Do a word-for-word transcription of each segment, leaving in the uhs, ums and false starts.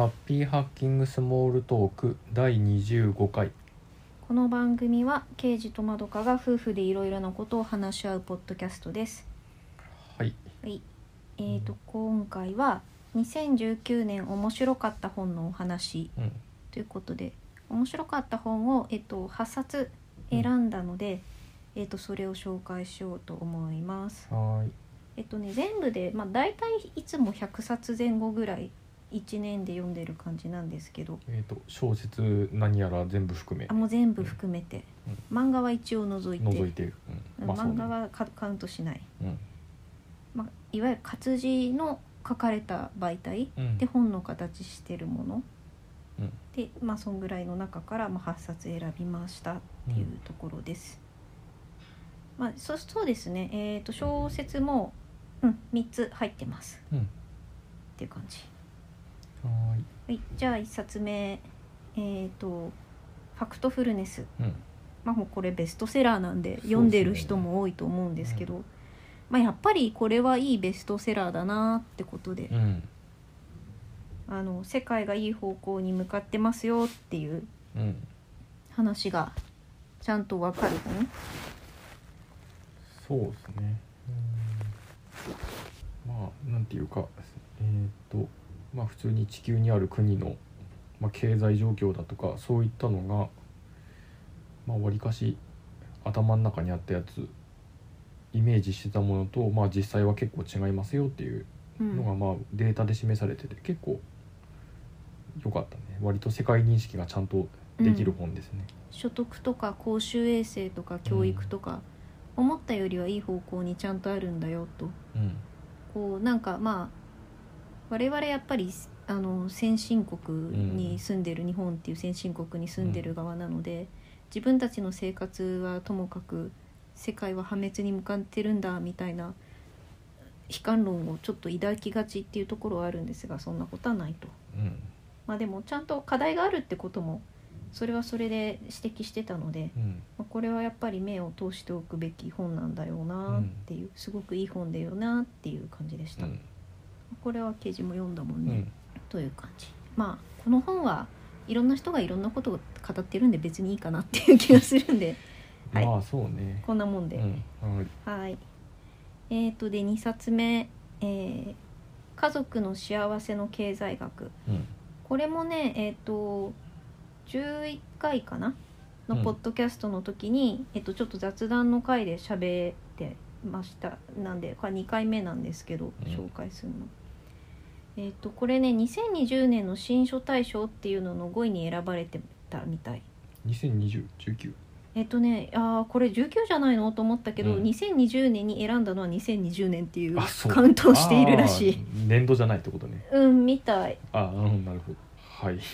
ハッピーハッキングスモールトークだいにじゅうごかい。 この番組はケイジとまどかが夫婦でいろいろなことを話し合うポッドキャストです。 はい、 はい、えーと今回はにせんじゅうきゅうねん面白かった本のお話うんということで、面白かった本を、えっと、はっさつ選んだので、えっと、それを紹介しようと思います。 はい。 えっとね全部で、まあ、大体いつもひゃくさつぜん後ぐらいいちねんで読んでる感じなんですけど、 えっ、と小説何やら全部含めあもう全部含めて、 うん漫画は一応除いて除いてる、うんまあそうね漫画はカカウントしない、 うんまあ、いわゆる活字の書かれた媒体うんで本の形してるもの、 うん、 で、まあ、そんぐらいの中から、まあ、はっさつ選びましたっていうところです。うんまあ、そそうですね、えーと小説も、うん、みっつ入ってますうん、 っていう感じ。 ははい、じゃあいっさつめ、えーとファクトフルネス、 い、うんまあ、もうこれベストセラーなんで読んでる人も多いと思うんですけど、まあ、やっぱりこれはいいベストセラーだなってことで、 うん、 あの世界がいい方向に向かってますよっていううん話がちゃんとわかる本。 そうですね。うんまあなんていうかえっ、とまあ普通に地球にある国の、まあ、経済状況だとかそういったのがまあわりかし頭の中にあったやつイメージしてたものと、まあ、実際は結構違いますよっていうのが、まあ、データで示されてて結構良かったね。割と世界認識がちゃんとできる本ですね。 うん、所得とか公衆衛生とか教育とか、うん、思ったよりはいい方向にちゃんとあるんだよと、 うん、 こうなんかまあ我々やっぱりあの先進国に住んでる、日本っていう先進国に住んでる側なので、自分たちの生活はともかく世界は破滅に向かってるんだみたいな悲観論をちょっと抱きがちっていうところはあるんですが、そんなことはないと、 うんまあ、でもちゃんと課題があるってこともそれはそれで指摘してたので、 うんまあ、これはやっぱり目を通しておくべき本なんだよなっていう、すごくいい本だよなっていう感じでした。うん、これはケージも読んだもんね、うん、という感じ。まあこの本はいろんな人がいろんなことを語ってるんで別にいいかなっていう気がするんではい、 まあそうね、 こんなもんで、 うん、 はい、はい、えーとでにさつめ、えー、家族の幸せの経済学、 うん、 これもねえっ、ー、とじゅういっかいかなのポッドキャストの時に、うん、えっとちょっと雑談の回で喋ってました。なんでこれにかいめなんですけど、うん、紹介するのえっとこれねにせんにじゅうねんの新書大賞っていうののごいに選ばれてたみたい。 にせんにじゅう、じゅうきゅうえっとねあこれじゅうきゅうじゃないのと思ったけど、うん、にせんにじゅうねんに選んだのはにせんにじゅうねんっていうカウントをしているらしい。 年度じゃないってことね。 うんみたい。 あうんなるほど。はい、はい、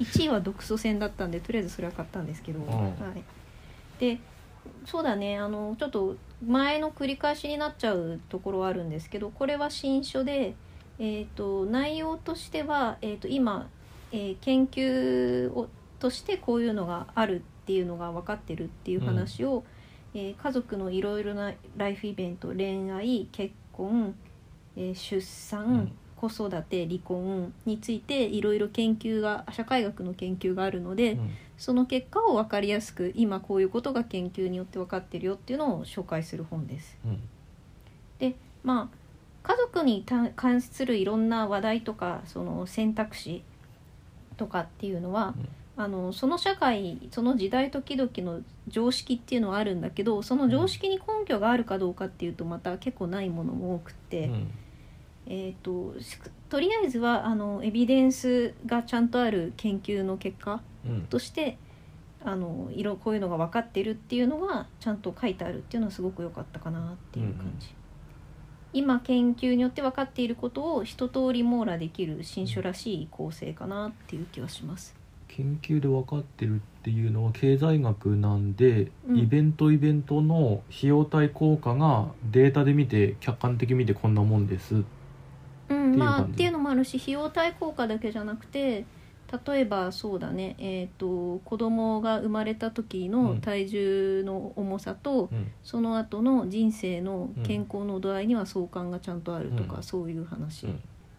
いちいは独ソ戦だったんでとりあえずそれは買ったんですけど、うんはい、でそうだねあのちょっと前の繰り返しになっちゃうところはあるんですけど、これは新書で、えー、と内容としては、えー、と今、えー、研究をとしてこういうのがあるっていうのが分かってるっていう話を、うんえー、家族のいろいろなライフイベント、恋愛、結婚、えー、出産、うん子育て、離婚についていろいろ研究が社会学の研究があるので、うん、その結果を分かりやすく今こういうことが研究によって分かってるよっていうのを紹介する本です。うん、でまあ家族に関するいろんな話題とかその選択肢とかっていうのは、うん、あのその社会その時代時々の常識っていうのはあるんだけど、その常識に根拠があるかどうかっていうとまた結構ないものも多くて、うんえー、ととりあえずはあのエビデンスがちゃんとある研究の結果として、うん、あの色こういうのが分かってるっていうのがちゃんと書いてあるっていうのはすごく良かったかなっていう感じ、うん、今研究によって分かっていることを一通り網羅できる新書らしい構成かなっていう気はします。 研究で分かってるっていうのは経済学なんで、うん、イベントイベントの費用対効果がデータで見て客観的に見てこんなもんですうんまあ、っていうのもあるし、費用対効果だけじゃなくて、例えばそうだね、えーと、子供が生まれた時の体重の重さと、うん、その後の人生の健康の度合いには相関がちゃんとあるとか、うん、そういう話、 うん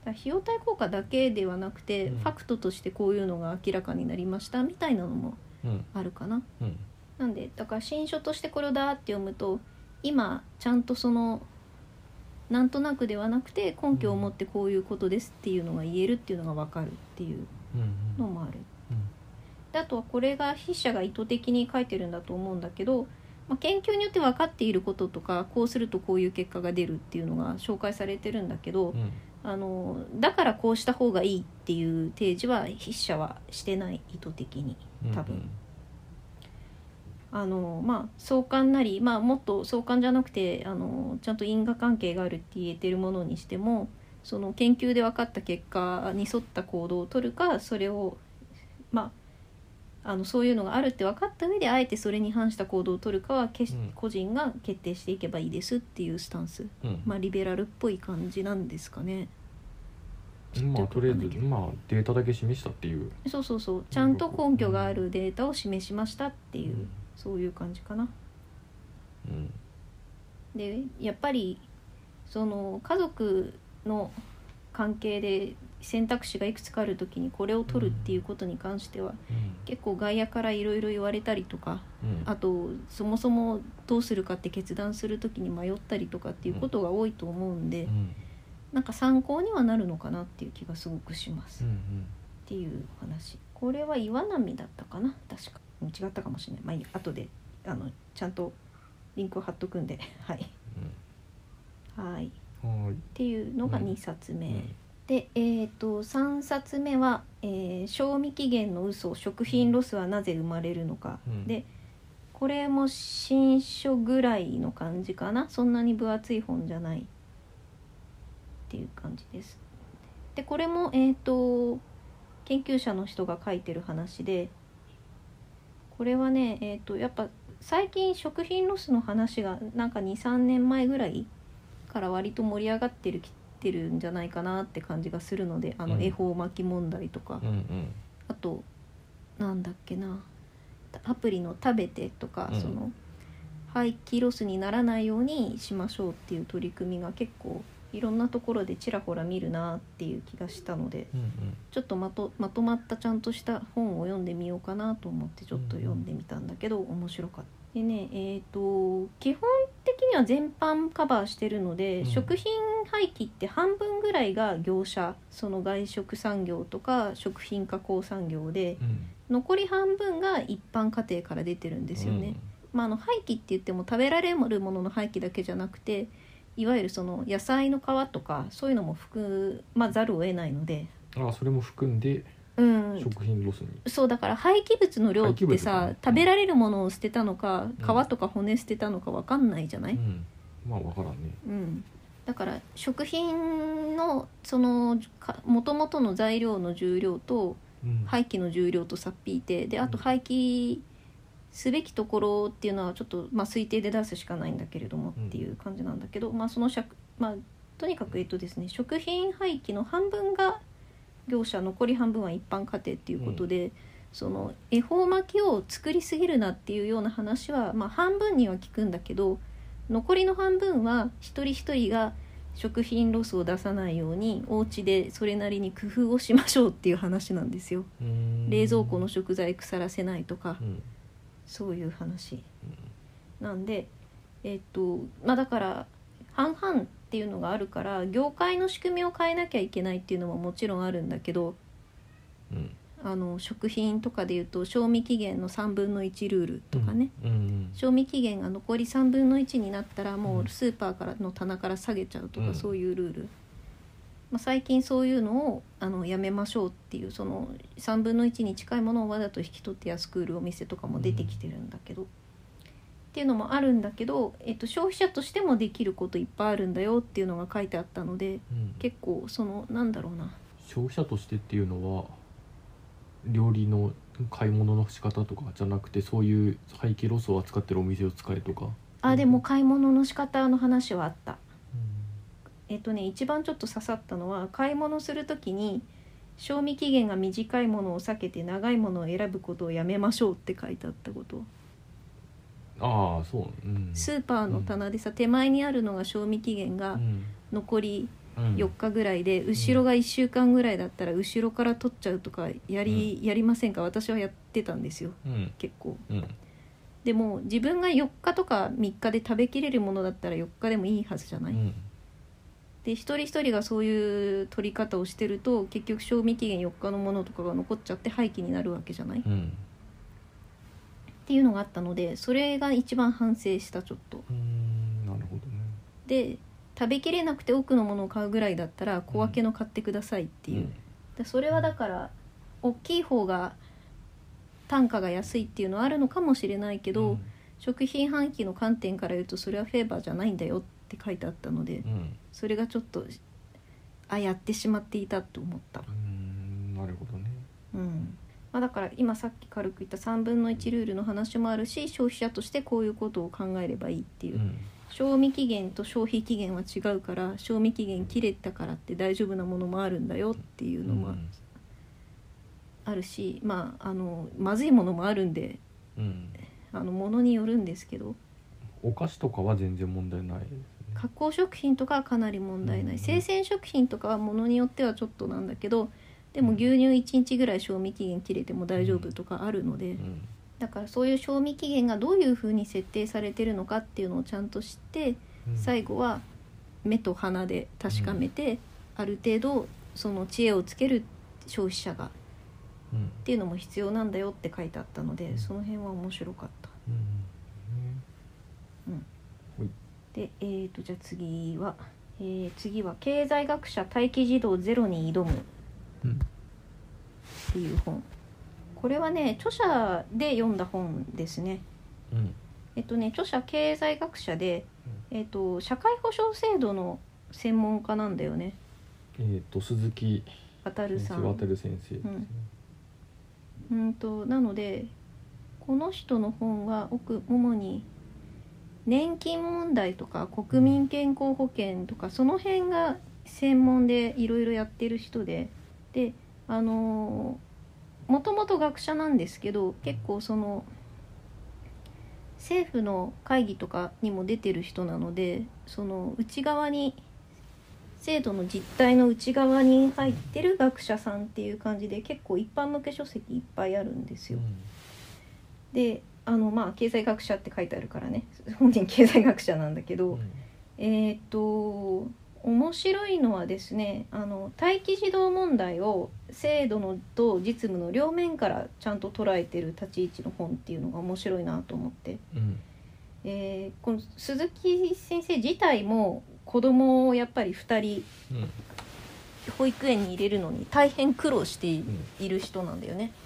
だ費用対効果だけではなくて、 うん、 ファクトとしてこういうのが明らかになりましたみたいなのもあるかな、 うん、 なんでだから新書としてこれをだーって読むと今ちゃんとそのなんとなくではなくて根拠を持ってこういうことですっていうのが言えるっていうのが分かるっていうのもある、 うん、 であとはこれが筆者が意図的に書いてるんだと思うんだけど、まあ、研究によって分かっていることとかこうするとこういう結果が出るっていうのが紹介されてるんだけど、 うん、 あのだからこうした方がいいっていう提示は筆者はしてない意図的に多分、うんうん、あのまあ相関なり、まあ、もっと相関じゃなくてあのちゃんと因果関係があるって言えてるものにしてもその研究で分かった結果に沿った行動を取るかそれをまああのそういうのがあるって分かった上であえてそれに反した行動を取るかはけ、うん、個人が決定していけばいいですっていうスタンス、うん、まあリベラルっぽい感じなんですかね。 まあとりあえず、まあ、データだけ示したっていうそうそうそうちゃんと根拠があるデータを示しましたっていう、うん、そういう感じかな、うん、でやっぱりその家族の関係で選択肢がいくつかあるときにこれを取るっていうことに関しては、うん、結構外野からいろいろ言われたりとか、うん、あとそもそもどうするかって決断するときに迷ったりとかっていうことが多いと思うんで、うんなんか参考にはなるのかなっていう気がすごくします、うんうん、っていう話。これは岩波だったかな確か違ったかもしれない、まあいい後であのちゃんとリンクを貼っとくんではい、うん、はいっていうのがにさつめ、うん、で、えー、とさんさつめは、えー、賞味期限の嘘食品ロスはなぜ生まれるのか、うん、でこれも新書ぐらいの感じかなそんなに分厚い本じゃないっていう感じです。でこれも、えーと、研究者の人が書いてる話でこれはね、えーと、やっぱ最近食品ロスの話がなんか にさんねんまえぐらいから割と盛り上がってるきてるんじゃないかなって感じがするのであの恵方巻き問題とか、うんうんうん、あとなんだっけなアプリの食べてとか、うん、その廃棄ロスにならないようにしましょうっていう取り組みが結構いろんなところでちらほら見るなっていう気がしたので、うんうん、ちょっとまと、まとまったちゃんとした本を読んでみようかなと思ってちょっと読んでみたんだけど、うんうん、面白かった。でね、えーと、基本的には全般カバーしてるので、うん、食品廃棄って半分ぐらいが業者その外食産業とか食品加工産業で、うん、残り半分が一般家庭から出てるんですよね、うんまあ、あの廃棄って言っても食べられるものの廃棄だけじゃなくていわゆるその野菜の皮とかそういうのも含まざるを得ないのでああそれも含んで、うん、食品ロスにそうだから廃棄物の量ってさ、ね、食べられるものを捨てたのか、うん、皮とか骨捨てたのか分かんないじゃない、うん、 まあ分からんね、 うん、だから食品のその元々の材料の重量と、うん、廃棄の重量と差っ引いてであと廃棄すべきところっていうのはちょっと、まあ、推定で出すしかないんだけれどもっていう感じなんだけど、うんまあそのしゃ、まあ、とにかくえっとですね食品廃棄の半分が業者残り半分は一般家庭っていうことで、うん、その恵方巻きを作りすぎるなっていうような話は、まあ、半分には聞くんだけど残りの半分は一人一人が食品ロスを出さないようにお家でそれなりに工夫をしましょうっていう話なんですよ。冷蔵庫の食材腐らせないとか、うんそういう話なんで、えっとまあ、だから半々っていうのがあるから業界の仕組みを変えなきゃいけないっていうのももちろんあるんだけど、うん、あの食品とかでいうと賞味期限のさんぶんのいちルールとかね、うんうんうん、賞味期限が残りさんぶんのいちになったらもうスーパーからの棚から下げちゃうとか、うん、そういうルール、まあ、最近そういうのをあのやめましょうっていうそのさんぶんのいちに近いものをわざと引き取って安く売るお店とかも出てきてるんだけど、うん、っていうのもあるんだけど、えっと、消費者としてもできることいっぱいあるんだよっていうのが書いてあったので、うん、結構そのなんだろうな消費者としてっていうのは料理の買い物の仕方とかじゃなくてそういう廃棄ロスを扱ってるお店を使えとかあでも買い物の仕方の話はあった。えっとね、一番ちょっと刺さったのは買い物するときに賞味期限が短いものを避けて長いものを選ぶことをやめましょうって書いてあったこと。 ああそう、うん、 スーパーの棚でさ、うん、手前にあるのが賞味期限が残りよっかぐらいで、後ろがいっしゅうかんぐらいだったら後ろから取っちゃうとかやり、うん、やりませんか？私はやってたんですよ、うん、結構、うん、でも自分がよっかとかみっかで食べきれるものだったらよっかでもいいはずじゃない、うん、で一人一人がそういう取り方をしてると結局賞味期限よっかのものとかが残っちゃって廃棄になるわけじゃない、うん、っていうのがあったので、それが一番反省した。ちょっとうーん、なるほどね。 で食べきれなくて多くのものを買うぐらいだったら小分けの買ってくださいっていう、うん、でそれはだから大きい方が単価が安いっていうのはあるのかもしれないけど、うん、食品販売の観点から言うとそれはフェーバーじゃないんだよって書いてあったので、うん、それがちょっとあやってしまっていたと思った。うーん、なるほどね、 うんまあ、だから今さっき軽く言ったさんぶんのいちルールの話もあるし、消費者としてこういうことを考えればいいっていう、うん、賞味期限と消費期限は違うから、賞味期限切れたからって大丈夫なものもあるんだよっていうのもあるし、うん、まああのまずいものもあるんで、うん、あのものによるんですけど、 お菓子とかは全然問題ないですね。 加工食品とかはかなり問題ない、うん、生鮮食品とかはものによってはちょっとなんだけど、でも牛乳いちにちぐらい賞味期限切れても大丈夫とかあるので、うん、だからそういう賞味期限がどういう風に設定されてるのかっていうのをちゃんと知って、うん、最後は目と鼻で確かめて、うん、ある程度その知恵をつける消費者が、うん、っていうのも必要なんだよって書いてあったので、うん、その辺は面白かった、うんうん、で、えーとじゃあ次は、えー、次は経済学者待機児童ゼロに挑むっていう本。これはね著者で読んだ本ですね、うん、えっとね著者経済学者で、えっと、社会保障制度の専門家なんだよね。 えっと鈴木渡さん、 渡先生ですね、 うん、うんとなのでこの人の本は主に年金問題とか国民健康保険とかその辺が専門でいろいろやってる人で、であのもともと学者なんですけど、結構その政府の会議とかにも出てる人なので、その内側に制度の実態の内側に入ってる学者さんっていう感じで、結構一般向け書籍いっぱいあるんですよ、うん、であのまあ経済学者って書いてあるからね、本人経済学者なんだけど、うん、えー、っと面白いのはですね、あの待機児童問題を制度のと実務の両面からちゃんと捉えてる立ち位置の本っていうのが面白いなと思って、うんえー、この鈴木先生自体も子供をやっぱりふたり保育園に入れるのに大変苦労している人なんだよね、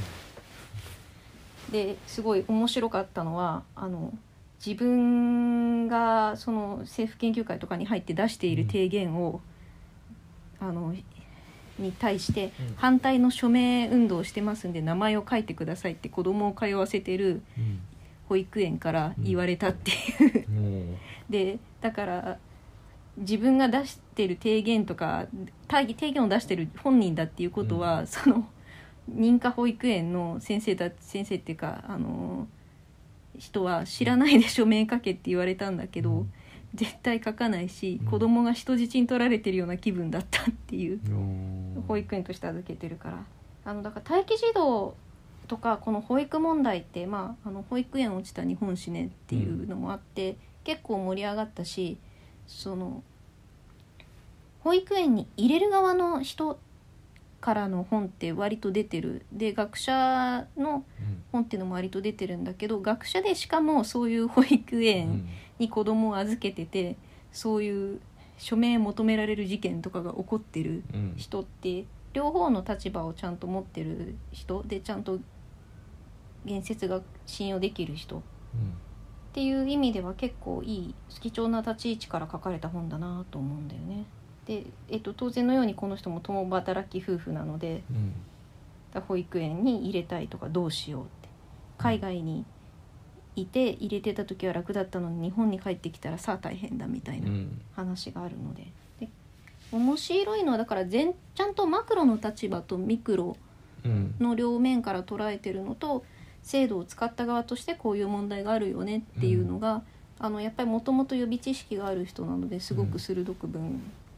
うん、ですごい面白かったのは、あの自分がその政府研究会とかに入って出している提言を、うん、あのに対して反対の署名運動をしてますんで名前を書いてくださいって子供を通わせてる保育園から言われたっていう、うん、でだから自分が出してる提言とか提言を出してる本人だっていうことは、うん、その認可保育園の先生だ先生っていうかあの人は知らないで署名書けって言われたんだけど、うん、絶対書かないし、うん、子供が人質に取られてるような気分だったっていう、うん、保育園として預けてるから、あのだから待機児童とかこの保育問題って、まあ、あの保育園落ちた日本史ねっていうのもあって、うん、結構盛り上がったし、その保育園に入れる側の人からの本って割と出てる。で学者の本っていうのも割と出てるんだけど、学者でしかもそういう保育園に子供を預けてて、そういう署名求められる事件とかが起こってる人って、両方の立場をちゃんと持ってる人で、ちゃんと言説が信用できる人っていう意味では結構いい貴重な立ち位置から書かれた本だなと思うんだよね。で、えっと、当然のようにこの人も共働き夫婦なので、うん、保育園に入れたいとかどうしようって、海外にいて入れてた時は楽だったのに日本に帰ってきたらさあ大変だみたいな話があるので、うん、で面白いのはだから全ちゃんとマクロの立場とミクロの両面から捉えてるのと、制度を使った側としてこういう問題があるよねっていうのが、うん、あのやっぱりもともと予備知識がある人なのですごく鋭く分、うん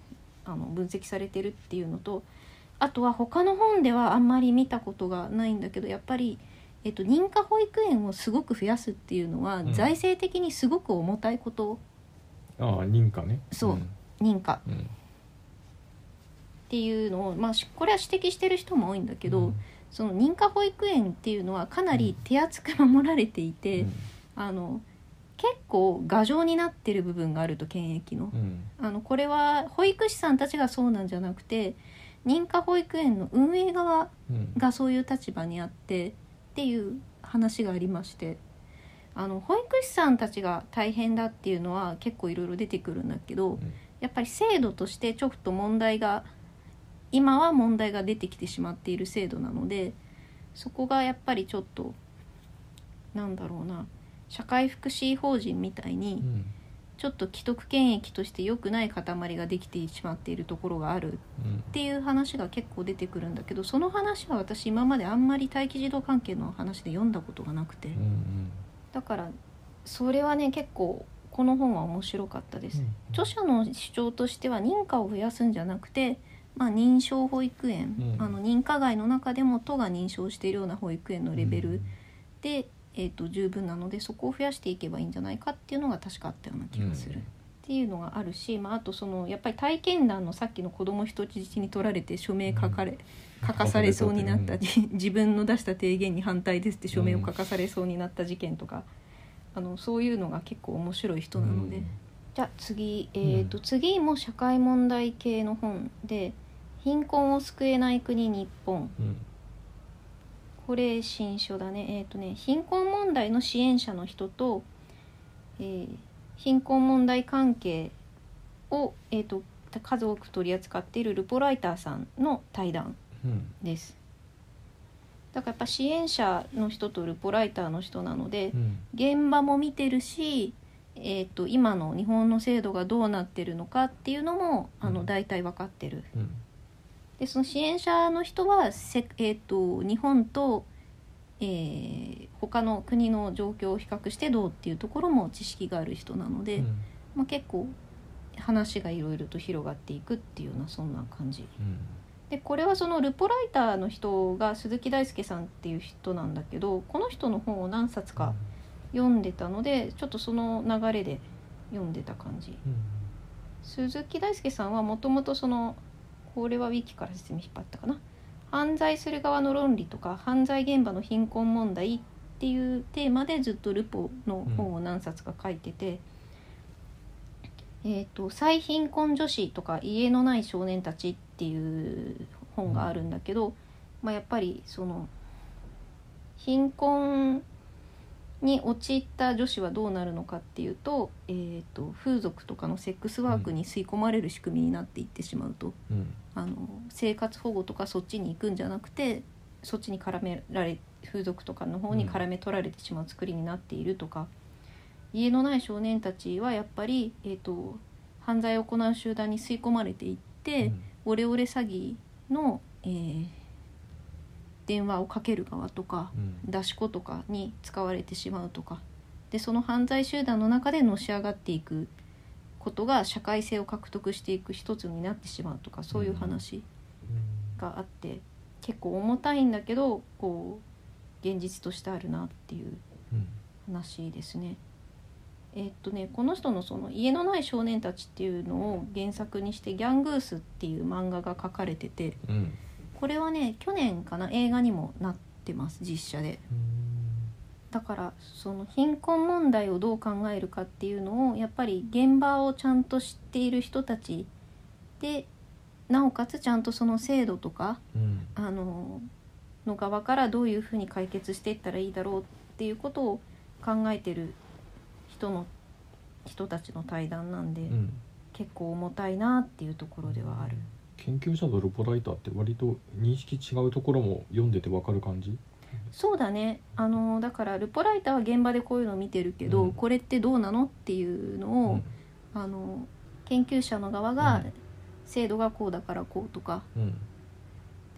あの分析されてるっていうのと、あとは他の本ではあんまり見たことがないんだけど、やっぱり、えっと、認可保育園をすごく増やすっていうのは、 うん財政的にすごく重たいこと。 ああ認可ね。 そう、 ん認可っうんていうのを、まあ、しこれは指摘してる人も多いんだけど、 うんその認可保育園っていうのはかなり手厚く守られていて、 うんあの結構牙城になってる部分があると、検疫の、 うんあのこれは保育士さんたちがそうなんじゃなくて、認可保育園の運営側うんがそういう立場にあってっていう話がありまして、あの保育士さんたちが大変だっていうのは結構いろいろ出てくるんだけど、 うんやっぱり制度としてちょっと問題が今は問題が出てきてしまっている制度なので、そこがやっぱりちょっとなんだろうな、社会福祉法人みたいにうんちょっと既得権益として良くない塊ができてしまっているところがあるうんっていう話が結構出てくるんだけど、その話は私今まであんまり待機児童関係の話で読んだことがなくて、 うんだからそれはね結構この本は面白かったです。著者の主張としては認可を増やすんじゃなくて、まあ、認証保育園、 うんあの認可外の中でも都が認証しているような保育園のレベルで、えーと十分なので、そこを増やしていけばいいんじゃないかっていうのが確かあったような気がする、 うんっていうのがあるし、まあ、あとそのやっぱり体験談のさっきの子供人質に取られて署名書かれ、 うん書かされそうになった、 うんじ自分の出した提言に反対ですって署名を書かされそうになった事件とか、あのそういうのが結構面白い人なので、 うんじゃあ次、えーと次も社会問題系の本で、貧困を救えない国日本、 うんこれ新書だね。えっ、とね貧困問題の支援者の人と、えー貧困問題関係を、えーと数多く取り扱っているルポライターさんの対談うんです。だからやっぱ支援者の人とルポライターの人なので、 うん現場も見てるし、えー、と今の日本の制度がどうなってるのかっていうのもあのうん大体分かってる。 うんでその支援者の人はせ、えー、と日本と、えー他の国の状況を比較してどうっていうところも知識がある人なので、 うんまあ、結構話がいろいろと広がっていくっていうようなそんな感じうんで、これはそのルポライターの人が鈴木大輔さんっていう人なんだけど、この人の本を何冊か読んでたので、ちょっとその流れで読んでた感じ。 うん鈴木大輔さんはもともとそのこれはウィキから説明引っ張ったかな、犯罪する側の論理とか犯罪現場の貧困問題っていうテーマでずっとルポの本を何冊か書いてて、うん、えーと再貧困女子とか家のない少年たちっていう本があるんだけど、まあ、やっぱりその貧困に陥った女子はどうなるのかっていうと、えーと風俗とかのセックスワークに吸い込まれる仕組みになっていってしまうと、 うんあの生活保護とかそっちに行くんじゃなくて、そっちに絡められ風俗とかの方に絡め取られてしまう作りになっているとか、家のない少年たちはやっぱり、えーと犯罪を行う集団に吸い込まれていって、 うんオレオレ詐欺の、えー電話をかける側とかうん出し子とかに使われてしまうとかで、その犯罪集団の中でのし上がっていくことが社会性を獲得していく一つになってしまうとか、そういう話があって、結構重たいんだけどこう現実としてあるなっていううん話ですね。えーっとねこの人のその家のない少年たちっていうのを原作にしてギャングースっていう漫画が書かれてて、 うんこれはね去年かな映画にもなってます、実写で。だからその貧困問題をどう考えるかっていうのをやっぱり現場をちゃんと知っている人たちで、なおかつちゃんとその制度とかうんあのの側からどういうふうに解決していったらいいだろうっていうことを考えてる人の人たちの対談なんで、 うん結構重たいなっていうところではある。 研究者とルポライターって割と認識違うところも読んでて分かる感じ？ そうだね、あのだからルポライターは現場でこういうのを見てるけど、 うんこれってどうなのっていうのを、 うんあの研究者の側が制度がこうだからこうとか、 うん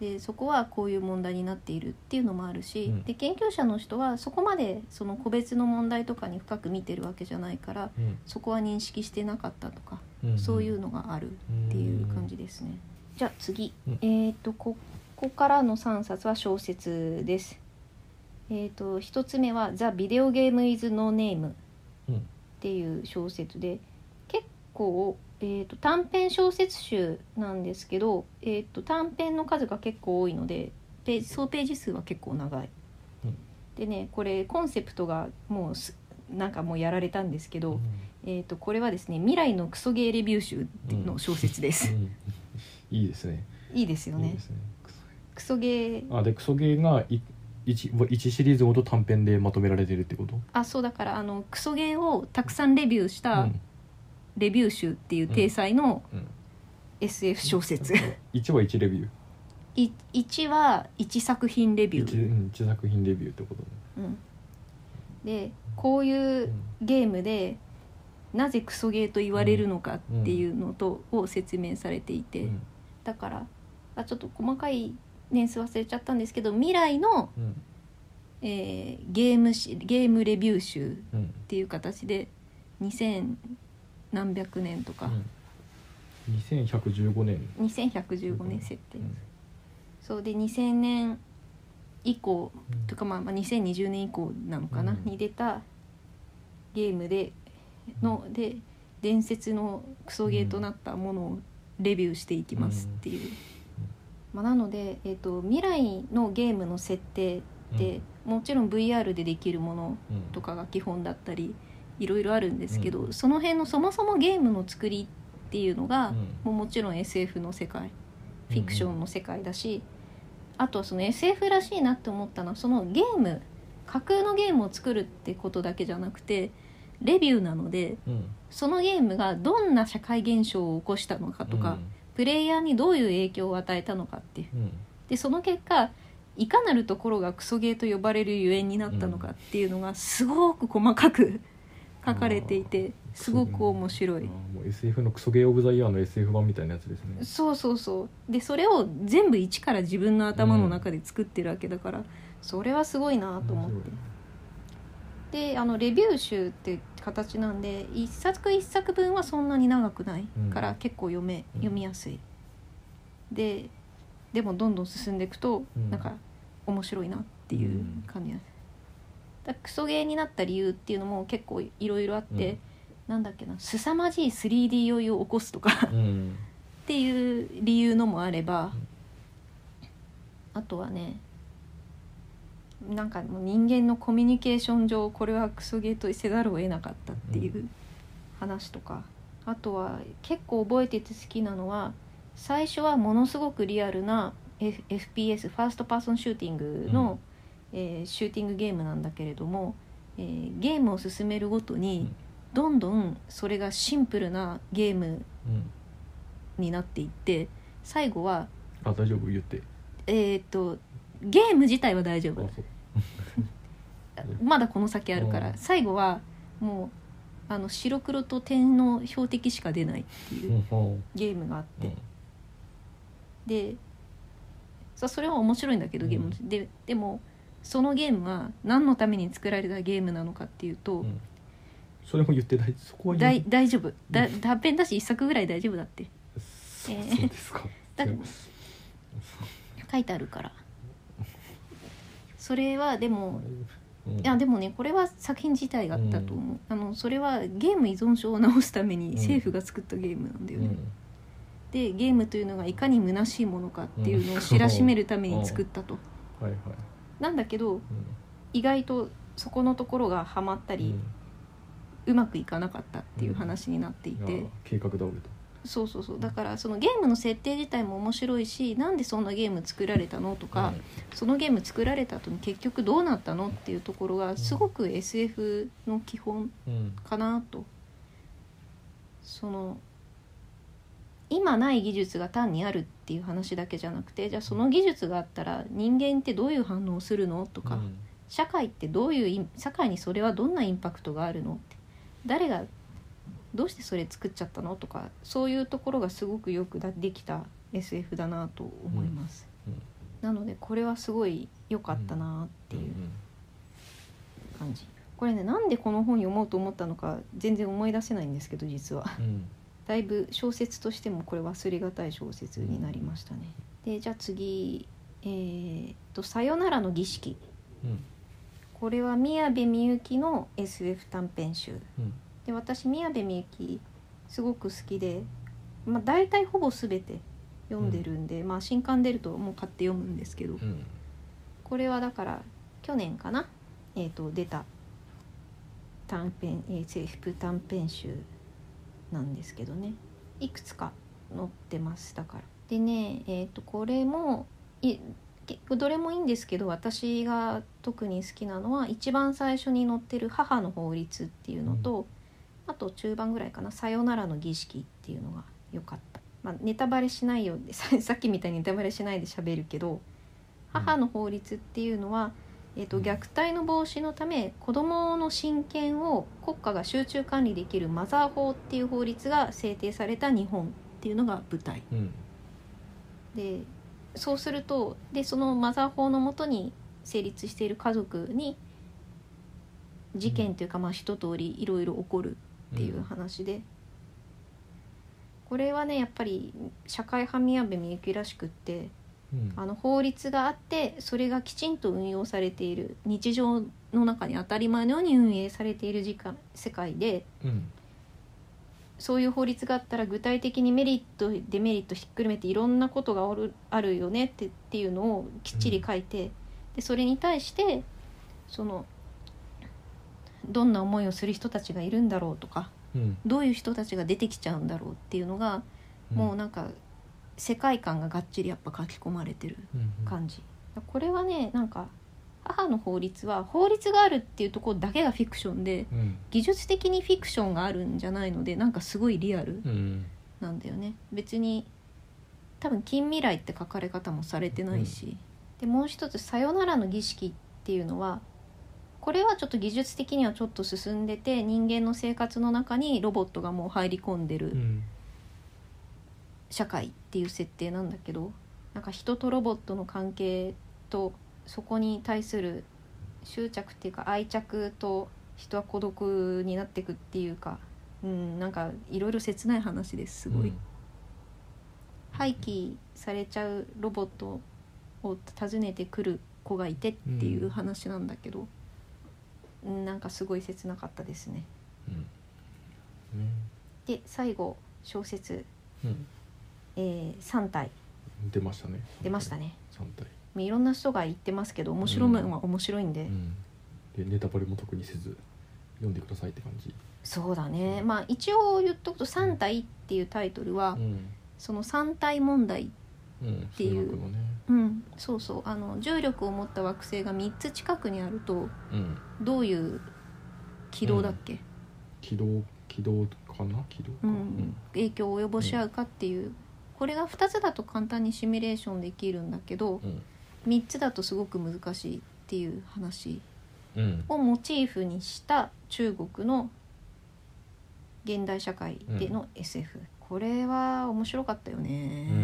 でそこはこういう問題になっているっていうのもあるし、 うん、 で研究者の人はそこまでその個別の問題とかに深く見てるわけじゃないから、 うん、 そこは認識してなかったとか、 うん、 そういうのがあるっていう感じですね。じゃあ次、 うん、 えー、とここからのさんさつは小説です。えー、とひとつめは「The Video Game is No Name」っていう小説で、結構、えー、と短編小説集なんですけど、えー、と短編の数が結構多いのでページ総ページ数は結構長い、 うん、 でねこれコンセプトがもうすなんかもうやられたんですけど、 うん、 えー、とこれはですね未来のクソゲーレビュー集の小説です、 うんうん、いいですね。 いいですよね。 いいですね。 クソゲーあでクソゲーがい 1, いちシリーズごと短編でまとめられてるってこと？ あそうだからあのクソゲーをたくさんレビューしたレビュー集っていう体裁の エスエフ 小説、うんうん、 いちはいちレビュー、 いいちはいち作品レビュー 1, うん、いち作品レビューってことね、 うん、でこういうゲームでなぜクソゲーと言われるのかっていうのと、を説明されていて、うん、だからあちょっと細かい年数忘れちゃったんですけど未来の、うんえー、ゲームしゲームレビュー集っていう形でにせん何百年とか、 うん、にせんひゃくじゅうごねんにせんひゃくじゅうごねん設定、うん、そうでにせんねん以降、うん、とかまあ、まあにせんにじゅうねん以降なのかな、うん、に出たゲームでので伝説のクソゲーとなったものをレビューしていきますっていう、うんまあ、なので、えーと、未来のゲームの設定って、うん、もちろん ブイアール でできるものとかが基本だったりいろいろあるんですけど、うん、その辺のそもそもゲームの作りっていうのが、うん、もうもちろん エスエフ の世界フィクションの世界だし、うんうん、あとはその エスエフ らしいなって思ったのはそのゲーム架空のゲームを作るってことだけじゃなくてレビューなので、うん、そのゲームがどんな社会現象を起こしたのかとか、うん、プレイヤーにどういう影響を与えたのかっていう、うん、でその結果いかなるところがクソゲーと呼ばれるゆえんになったのかっていうのがすごく細かく書かれていてすごく面白い。 あもう エスエフ のクソゲーオブザイヤーの エスエフ 版みたいなやつですね。 そうそうそうでそれを全部一から自分の頭の中で作ってるわけだから、うん、それはすごいなと思って、であのレビュー集って形なんで一作一作分はそんなに長くないから結構読め、うん、読みやすいででもどんどん進んでいくと、うん、なんか面白いなっていう感じなんです、うん、だクソゲーになった理由っていうのも結構いろいろあって、うん、なんだっけな凄まじい スリーディー 酔いを起こすとか、うん、っていう理由のもあれば、うん、あとはねなんかもう人間のコミュニケーション上これはクソゲーとせざるを得なかったっていう話とか、うん、あとは結構覚えてて好きなのは最初はものすごくリアルな F- エフピーエス ファーストパーソンシューティングの、うんえー、シューティングゲームなんだけれども、えー、ゲームを進めるごとにどんどんそれがシンプルなゲームになっていって最後はあ大丈夫言ってえー、っとゲーム自体は大丈夫まだこの先あるから最後はもうあの白黒と点の標的しか出ないっていうゲームがあってでさそれは面白いんだけどゲーム、うん、で, でもそのゲームは何のために作られたゲームなのかっていうと、うん、 それも言って大そこは言う大丈夫だ短編だし一作ぐらい大丈夫だって、 えー、そうですかだ書いてあるからそれはでも、うん、いやでもねこれは作品自体があったと思う、うん、あのそれはゲーム依存症を治すために政府が作ったゲームなんだよね、うん、でゲームというのがいかに虚しいものかっていうのを知らしめるために作ったと、うんはいはい、なんだけど、うん、意外とそこのところがハマったり、うん、うまくいかなかったっていう話になっていて、 うん、計画倒れとそうそうそうだからそのゲームの設定自体も面白いしなんでそんなゲーム作られたのとか、うん、そのゲーム作られた後に結局どうなったのっていうところがすごく エスエフ の基本かなと、うん、その今ない技術が単にあるっていう話だけじゃなくてじゃあその技術があったら人間ってどういう反応をするのとか、うん、社会ってどういう社会にそれはどんなインパクトがあるのって誰がどうしてそれ作っちゃったのとかそういうところがすごくよくできた エスエフ だなと思います、うんうんなのでこれはすごい良かったなっていう感じ。これね、なんでこの本読もうと思ったのか全然思い出せないんですけど、実は、うん、だいぶ小説としてもこれ忘れがたい小説になりましたね。でじゃあ次、えー、とさよならの儀式、うん、これは宮部みゆきの エスエフ 短編集、うん、で私宮部みゆきすごく好きで、まあ、大体ほぼ全て読んでるんで、うん、まあ、新刊出るともう買って読むんですけど、うん、これはだから去年かな、えー、と出た短編 エスエフ 短編集なんですけどね、いくつか載ってます。だからでね、えー、とこれもいどれもいいんですけど、私が特に好きなのは一番最初に載ってる母の法律っていうのと、うん、あと中盤ぐらいかな、さよならの儀式っていうのが良かった。まあ、ネタバレしないようでさっきみたいにネタバレしないで喋るけど、母の法律っていうのは、えー、と虐待の防止のため子どもの親権を国家が集中管理できるマザー法っていう法律が制定された日本っていうのが舞台、うん、でそうするとでそのマザー法のもとに成立している家族に事件というか、まあ一通りいろいろ起こるっていう話で、うん、これはねやっぱり社会派宮部みゆきらしくって、うん、あの法律があってそれがきちんと運用されている、日常の中に当たり前のように運営されている時間世界で、うん、そういう法律があったら具体的にメリットデメリットひっくるめていろんなことがある、あるよねって、っていうのをきっちり書いて、うん、でそれに対してそのどんな思いをする人たちがいるんだろうとか、うん、どういう人たちが出てきちゃうんだろうっていうのが、うん、もうなんか世界観ががっちりやっぱ書き込まれてる感じ、うんうん、これはねなんか母の法律は法律があるっていうところだけがフィクションで、うん、技術的にフィクションがあるんじゃないのでなんかすごいリアルなんだよね、うん、別に多分近未来って書かれ方もされてないし、うん、でもう一つさよならの儀式っていうのはこれはちょっと技術的にはちょっと進んでて人間の生活の中にロボットがもう入り込んでる社会っていう設定なんだけど、なんか人とロボットの関係とそこに対する執着っていうか愛着と人は孤独になっていくっていうか、うん、なんかいろいろ切ない話です。すごい、うん、廃棄されちゃうロボットを訪ねてくる子がいてっていう話なんだけど、うん、なんかすごい切なかったですね、うんうん、で最後小説、うんえー、さん体出ましたね出ましたねさん体いろんな人が言ってますけど面白いのは面白いんで、うんうん、でネタバレも特にせず読んでくださいって感じ。 そうだね、まあ一応言っとくとさん体っていうタイトルは、うん、そのさん体問題っていう、うんねうん、そうそうあの重力を持った惑星がみっつ近くにあると、うん、どういう軌道だっけ、うん、 軌道軌道かな軌道か、うんうん、 影響を及ぼし合うかっていう、うん、これがふたつだと簡単にシミュレーションできるんだけど、うんみっつだとすごく難しいっていう話をモチーフにした中国の現代社会での エスエフ、うん、これは面白かったよね、うん、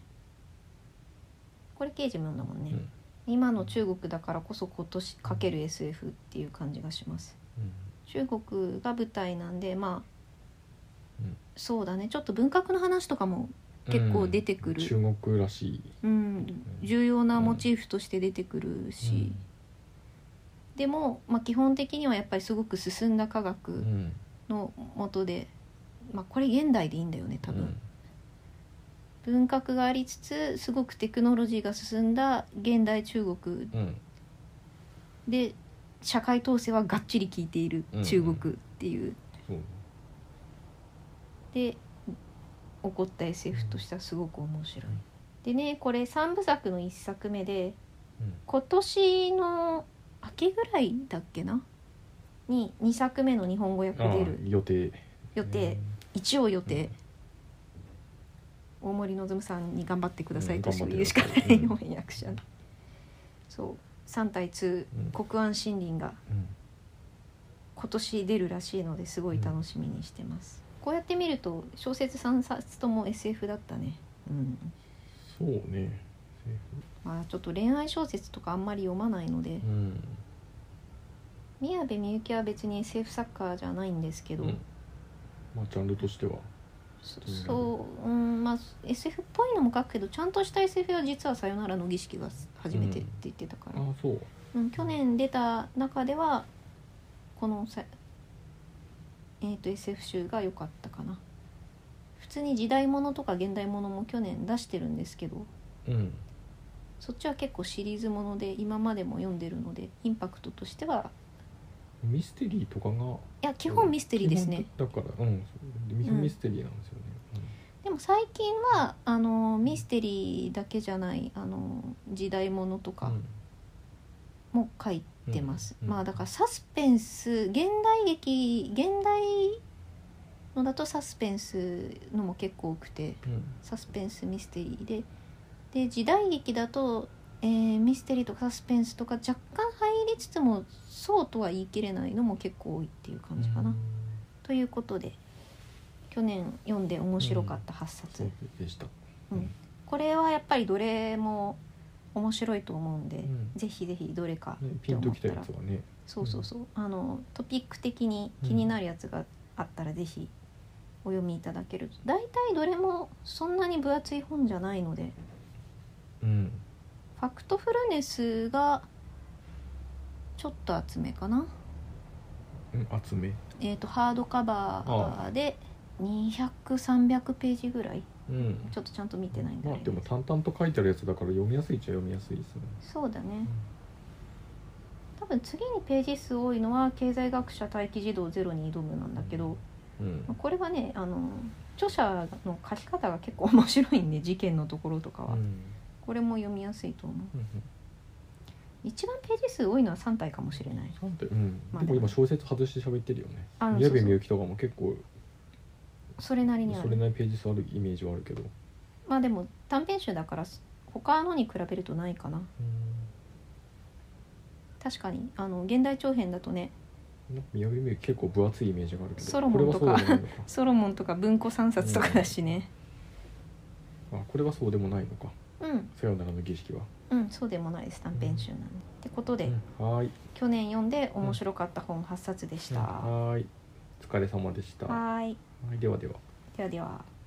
これ刑事も読んだもんね、うん、今の中国だからこそ今年かける エスエフ っていう感じがします、うん、中国が舞台なんでまあ、うん、そうだねちょっと文学の話とかも結構出てくる、 うん、中国らしい、 うん、重要なモチーフとして出てくるし、うん、でも、まあ、基本的にはやっぱりすごく進んだ科学の下で、まあ、これ現代でいいんだよね多分、うん、文学がありつつすごくテクノロジーが進んだ現代中国、うん、で社会統制はがっちり効いている中国っていう、うんうん、で起こった エスエフ としてはすごく面白い、うん、でねこれさんぶさくのいっさくめで、うん、今年の秋ぐらいだっけなににさくめの日本語訳出る予定予定一応予定、うん、大森望さんに頑張ってくださいとしか言うしかない、うん、翻訳者、そうさん対に、うん、国安森林が今年出るらしいのですごい楽しみにしてます、うん、こうやって見ると小説さんさつとも エスエフ だったね、うん、 そうねまあ、ちょっと恋愛小説とかあんまり読まないので、 うん、 宮部みゆきは別に エスエフ 作家じゃないんですけど、 うん、まあジャンルとしてはそそう、うんまあ、エスエフ っぽいのも書くけどちゃんとした エスエフ は実はさよならの儀式が初めてって言ってたから、 ああそううん、去年出た中ではこのさ、えー、と エスエフ 集が良かったかな。普通に時代物とか現代物も去年出してるんですけど、 うん、 そっちは結構シリーズもので今までも読んでるのでインパクトとしてはミステリーとかがいや基本ミステリーですね。 だからうん基本ミステリーなんですよね、 でも最近はあのミステリーだけじゃないあの時代物とかも書いてます、 うんうん、 まあだからサスペンス現代劇現代のだとサスペンスのも結構多くて、 うん、 サスペンスミステリーでで時代劇だと、えー、ミステリーとかサスペンスとか若干入りつつもそうとは言い切れないのも結構多いっていう感じかな、 うん、 ということで去年読んで面白かったはっさつ、 うんでした、 うん、これはやっぱりどれも面白いと思うんで、 うん、 ぜひぜひどれかね、 ってピンときた思ったら、 やつはねそうそうそう、うん、あのトピック的に気になるやつがあったらぜひお読みいただけると、大体どれもそんなに分厚い本じゃないので、 うん、 ファクトフルネスがちょっと厚めかな、 うん、厚め、 えーとハードカバーでにひゃく、さんびゃくページぐらい、 うん、 ちょっとちゃんと見てないんで、 まあでも淡々と書いてあるやつだから読みやすいっちゃ読みやすいですね。 そうだね、多分次にページ数多いのは経済学者待機児童ゼロに挑むなんだけど、 うん、 これはねあの著者の書き方が結構面白いんで事件のところとかは、 うん、 これも読みやすいと思う、 うん、 一番ページ数多いのはさん体かもしれない。 さんてん、うん、 まあでも今小説外して喋ってるよね。 あ宮部みゆきとかも結構それなりにある、 それなりページ数あるイメージはあるけど、 まあでも短編集だから他のに比べるとないかな、 うん、 確かにあの現代長編だとね宮部みゆき結構分厚いイメージがあるけど、 ソロモンとかこれはそうでもないのかソロモンとか文庫さんさつとかだしね、 あこれはそうでもないのか、 うんさよならの儀式は、 うんそうでもないです短編集なんで、ってことで、 うん、はーい、 去年読んで面白かった本はっさつでした、 うん、はーい、お疲れ様でした。 はーい、 はい、ではでは。 ではでは。